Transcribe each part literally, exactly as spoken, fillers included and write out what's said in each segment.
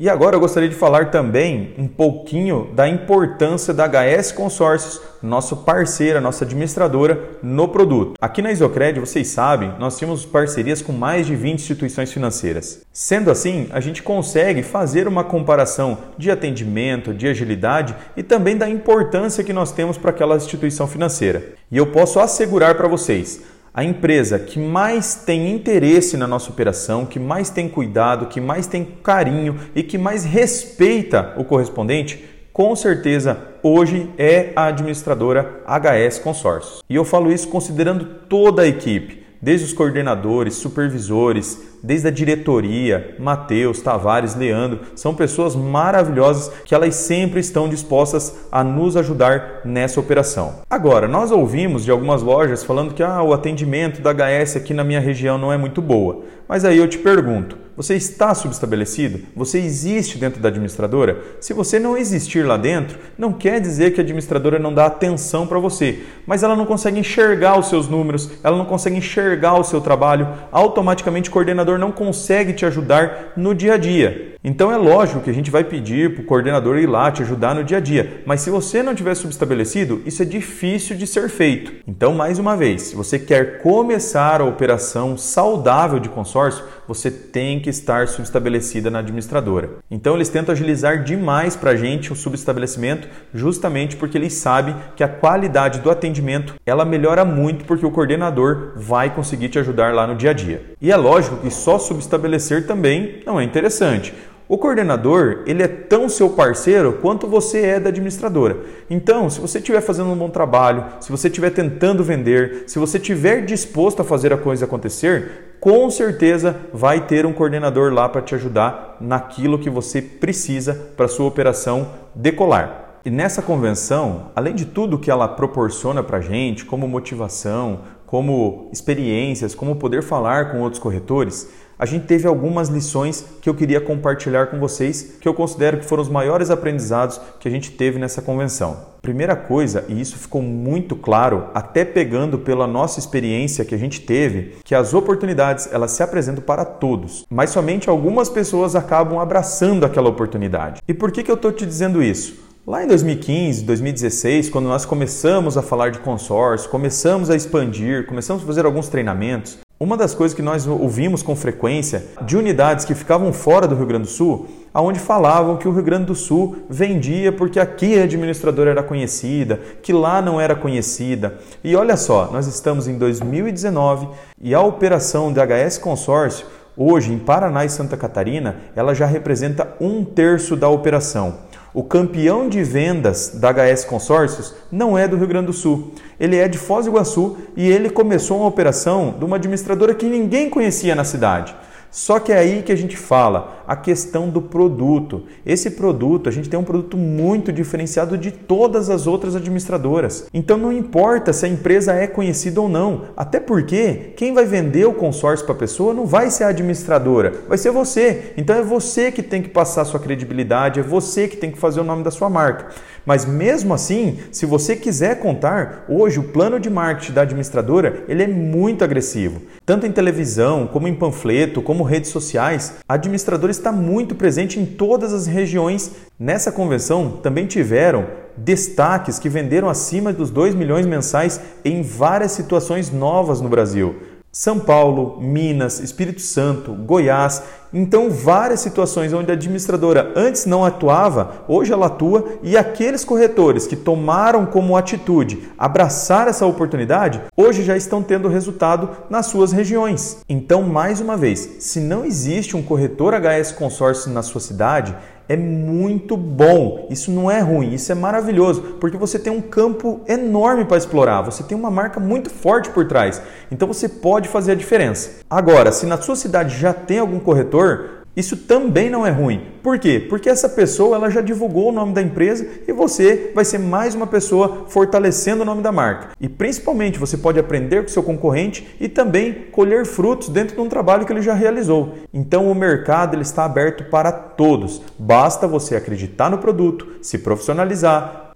E agora eu gostaria de falar também um pouquinho da importância da H S Consórcios, nosso parceiro, nossa administradora no produto. Aqui na Isocred, vocês sabem, nós temos parcerias com mais de vinte instituições financeiras. Sendo assim, a gente consegue fazer uma comparação de atendimento, de agilidade e também da importância que nós temos para aquela instituição financeira. E eu posso assegurar para vocês, a empresa que mais tem interesse na nossa operação, que mais tem cuidado, que mais tem carinho e que mais respeita o correspondente, com certeza hoje é a administradora H S Consórcios. E eu falo isso considerando toda a equipe, desde os coordenadores, supervisores, desde a diretoria, Matheus, Tavares, Leandro, são pessoas maravilhosas que elas sempre estão dispostas a nos ajudar nessa operação. Agora, nós ouvimos de algumas lojas falando que ah, o atendimento da H S aqui na minha região não é muito boa. Mas aí eu te pergunto, você está subestabelecido? Você existe dentro da administradora? Se você não existir lá dentro, não quer dizer que a administradora não dá atenção para você, mas ela não consegue enxergar os seus números, ela não consegue enxergar o seu trabalho, automaticamente o coordenador não consegue te ajudar no dia a dia. Então é lógico que a gente vai pedir para o coordenador ir lá te ajudar no dia a dia, mas se você não tiver subestabelecido, isso é difícil de ser feito. Então, mais uma vez, se você quer começar a operação saudável de consórcio, você tem que estar subestabelecida na administradora. Então, eles tentam agilizar demais para a gente o subestabelecimento, justamente porque eles sabem que a qualidade do atendimento ela melhora muito porque o coordenador vai conseguir te ajudar lá no dia a dia. E é lógico que só subestabelecer também não é interessante. O coordenador, ele é tão seu parceiro quanto você é da administradora. Então, se você estiver fazendo um bom trabalho, se você estiver tentando vender, se você estiver disposto a fazer a coisa acontecer, com certeza vai ter um coordenador lá para te ajudar naquilo que você precisa para a sua operação decolar. E nessa convenção, além de tudo que ela proporciona para a gente, como motivação, como experiências, como poder falar com outros corretores, a gente teve algumas lições que eu queria compartilhar com vocês, que eu considero que foram os maiores aprendizados que a gente teve nessa convenção. Primeira coisa, e isso ficou muito claro, até pegando pela nossa experiência que a gente teve, que as oportunidades elas se apresentam para todos, mas somente algumas pessoas acabam abraçando aquela oportunidade. E por que que eu estou te dizendo isso? Lá em dois mil e quinze, dois mil e dezesseis, quando nós começamos a falar de consórcio, começamos a expandir, começamos a fazer alguns treinamentos, uma das coisas que nós ouvimos com frequência de unidades que ficavam fora do Rio Grande do Sul, onde falavam que o Rio Grande do Sul vendia porque aqui a administradora era conhecida, que lá não era conhecida. E olha só, nós estamos em dois mil e dezenove e a operação da H S Consórcio, hoje em Paraná e Santa Catarina, ela já representa um terço da operação. O campeão de vendas da H S Consórcios não é do Rio Grande do Sul. Ele é de Foz do Iguaçu e ele começou uma operação de uma administradora que ninguém conhecia na cidade. Só que é aí que a gente fala a questão do produto. Esse produto, a gente tem um produto muito diferenciado de todas as outras administradoras. Então não importa se a empresa é conhecida ou não, até porque quem vai vender o consórcio para a pessoa não vai ser a administradora, vai ser você. Então é você que tem que passar a sua credibilidade, é você que tem que fazer o nome da sua marca. Mas mesmo assim, se você quiser contar, hoje o plano de marketing da administradora ele é muito agressivo. Tanto em televisão, como em panfleto, como redes sociais, a administradora está muito presente em todas as regiões. Nessa convenção também tiveram destaques que venderam acima dos dois milhões mensais em várias situações novas no Brasil. São Paulo, Minas, Espírito Santo, Goiás, então várias situações onde a administradora antes não atuava, hoje ela atua e aqueles corretores que tomaram como atitude abraçar essa oportunidade, hoje já estão tendo resultado nas suas regiões. Então, mais uma vez, se não existe um corretor H S Consórcio na sua cidade, é muito bom, isso não é ruim, isso é maravilhoso, porque você tem um campo enorme para explorar, você tem uma marca muito forte por trás, então você pode fazer a diferença. Agora, se na sua cidade já tem algum corretor, isso também não é ruim. Por quê? Porque essa pessoa ela já divulgou o nome da empresa e você vai ser mais uma pessoa fortalecendo o nome da marca. E principalmente você pode aprender com o seu concorrente e também colher frutos dentro de um trabalho que ele já realizou. Então o mercado ele está aberto para todos. Basta você acreditar no produto, se profissionalizar,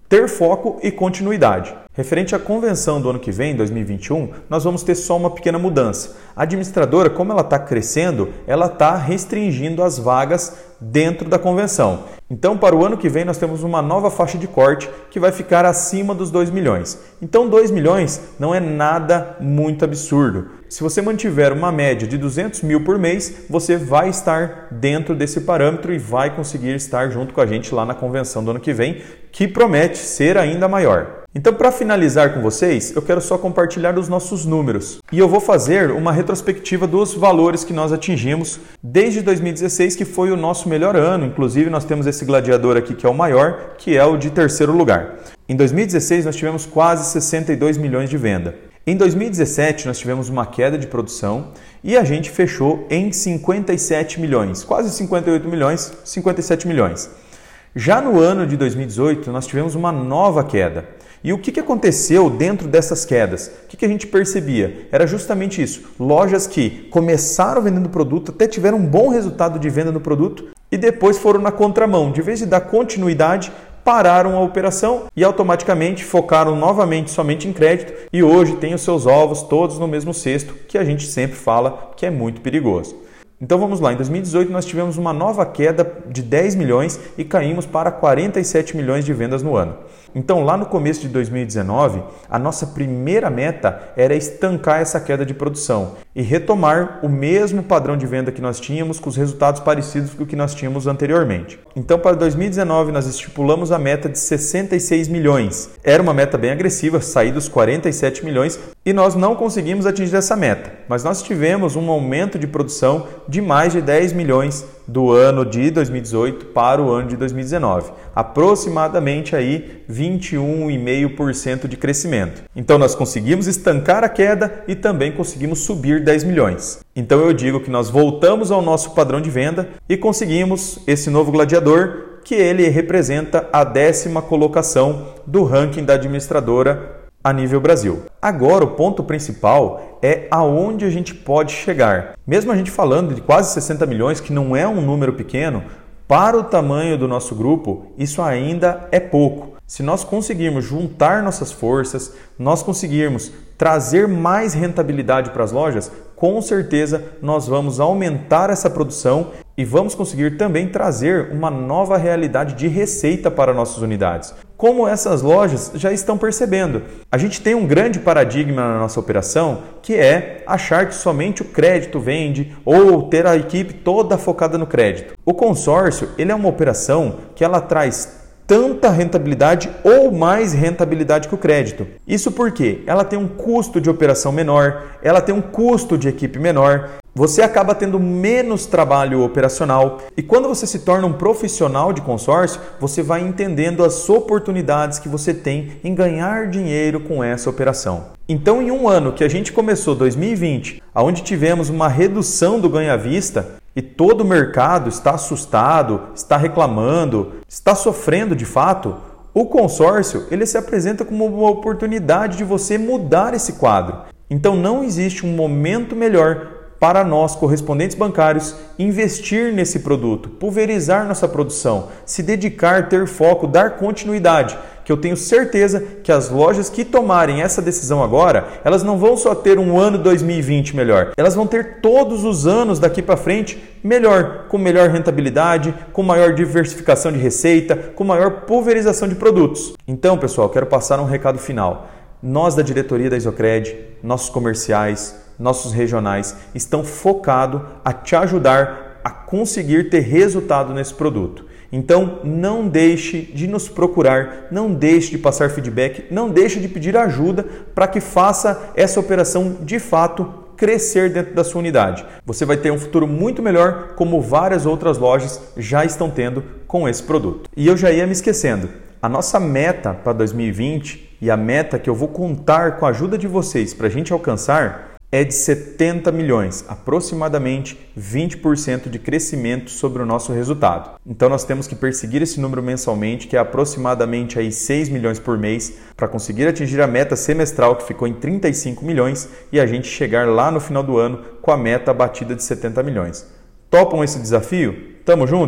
ter foco e continuidade. Referente à convenção do ano que vem, dois mil e vinte e um, nós vamos ter só uma pequena mudança. A administradora, como ela está crescendo, ela está restringindo as vagas dentro da convenção. Então, para o ano que vem, nós temos uma nova faixa de corte que vai ficar acima dos dois milhões. Então, dois milhões não é nada muito absurdo. Se você mantiver uma média de duzentos mil por mês, você vai estar dentro desse parâmetro e vai conseguir estar junto com a gente lá na convenção do ano que vem, que promete ser ainda maior. Então, para finalizar com vocês, eu quero só compartilhar os nossos números. E eu vou fazer uma retrospectiva dos valores que nós atingimos desde dois mil e dezesseis, que foi o nosso melhor ano. Inclusive, nós temos esse gladiador aqui que é o maior, que é o de terceiro lugar. Em dois mil e dezesseis, nós tivemos quase sessenta e dois milhões de venda. Em dois mil e dezessete, nós tivemos uma queda de produção e a gente fechou em cinquenta e sete milhões, quase cinquenta e oito milhões, cinquenta e sete milhões. Já no ano de dois mil e dezoito, nós tivemos uma nova queda. E o que que aconteceu dentro dessas quedas? O que que a gente percebia? Era justamente isso. Lojas que começaram vendendo produto, até tiveram um bom resultado de venda no produto e depois foram na contramão. De vez de dar continuidade, pararam a operação e automaticamente focaram novamente somente em crédito e hoje tem os seus ovos todos no mesmo cesto, que a gente sempre fala que é muito perigoso. Então vamos lá, em dois mil e dezoito nós tivemos uma nova queda de dez milhões e caímos para quarenta e sete milhões de vendas no ano. Então lá no começo de dois mil e dezenove, a nossa primeira meta era estancar essa queda de produção e retomar o mesmo padrão de venda que nós tínhamos com os resultados parecidos com o que nós tínhamos anteriormente. Então para dois mil e dezenove nós estipulamos a meta de sessenta e seis milhões. Era uma meta bem agressiva, sair dos quarenta e sete milhões e nós não conseguimos atingir essa meta, mas nós tivemos um aumento de produção de mais de dez milhões do ano de dois mil e dezoito para o ano de dois mil e dezenove, aproximadamente aí vinte e um vírgula cinco por cento de crescimento. Então nós conseguimos estancar a queda e também conseguimos subir dez milhões. Então eu digo que nós voltamos ao nosso padrão de venda e conseguimos esse novo gladiador, que ele representa a décima colocação do ranking da administradora a nível Brasil. Agora, o ponto principal é aonde a gente pode chegar. Mesmo a gente falando de quase sessenta milhões, que não é um número pequeno, para o tamanho do nosso grupo, isso ainda é pouco. Se nós conseguirmos juntar nossas forças, nós conseguirmos trazer mais rentabilidade para as lojas, com certeza nós vamos aumentar essa produção e vamos conseguir também trazer uma nova realidade de receita para nossas unidades. Como essas lojas já estão percebendo. A gente tem um grande paradigma na nossa operação, que é achar que somente o crédito vende ou ter a equipe toda focada no crédito. O consórcio, ele é uma operação que ela traz tanta rentabilidade ou mais rentabilidade que o crédito. Isso porque ela tem um custo de operação menor, ela tem um custo de equipe menor, você acaba tendo menos trabalho operacional e quando você se torna um profissional de consórcio, você vai entendendo as oportunidades que você tem em ganhar dinheiro com essa operação. Então, em um ano que a gente começou, dois mil e vinte, onde tivemos uma redução do ganho à vista, e todo o mercado está assustado, está reclamando, está sofrendo de fato, o consórcio ele se apresenta como uma oportunidade de você mudar esse quadro. Então não existe um momento melhor para nós, correspondentes bancários, investir nesse produto, pulverizar nossa produção, se dedicar, ter foco, dar continuidade, que eu tenho certeza que as lojas que tomarem essa decisão agora, elas não vão só ter um ano dois mil e vinte melhor, elas vão ter todos os anos daqui para frente melhor, com melhor rentabilidade, com maior diversificação de receita, com maior pulverização de produtos. Então, pessoal, quero passar um recado final. Nós da diretoria da Isocred, nossos comerciais, nossos regionais estão focados a te ajudar a conseguir ter resultado nesse produto. Então não deixe de nos procurar, não deixe de passar feedback, não deixe de pedir ajuda para que faça essa operação de fato crescer dentro da sua unidade. Você vai ter um futuro muito melhor, como várias outras lojas já estão tendo com esse produto. E eu já ia me esquecendo, a nossa meta para dois mil e vinte e a meta que eu vou contar com a ajuda de vocês para a gente alcançar é de setenta milhões, aproximadamente vinte por cento de crescimento sobre o nosso resultado. Então nós temos que perseguir esse número mensalmente, que é aproximadamente aí seis milhões por mês, para conseguir atingir a meta semestral, que ficou em trinta e cinco milhões, e a gente chegar lá no final do ano com a meta batida de setenta milhões. Topam esse desafio? Tamo junto?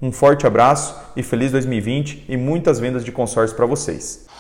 Um forte abraço e feliz dois mil e vinte e muitas vendas de consórcio para vocês.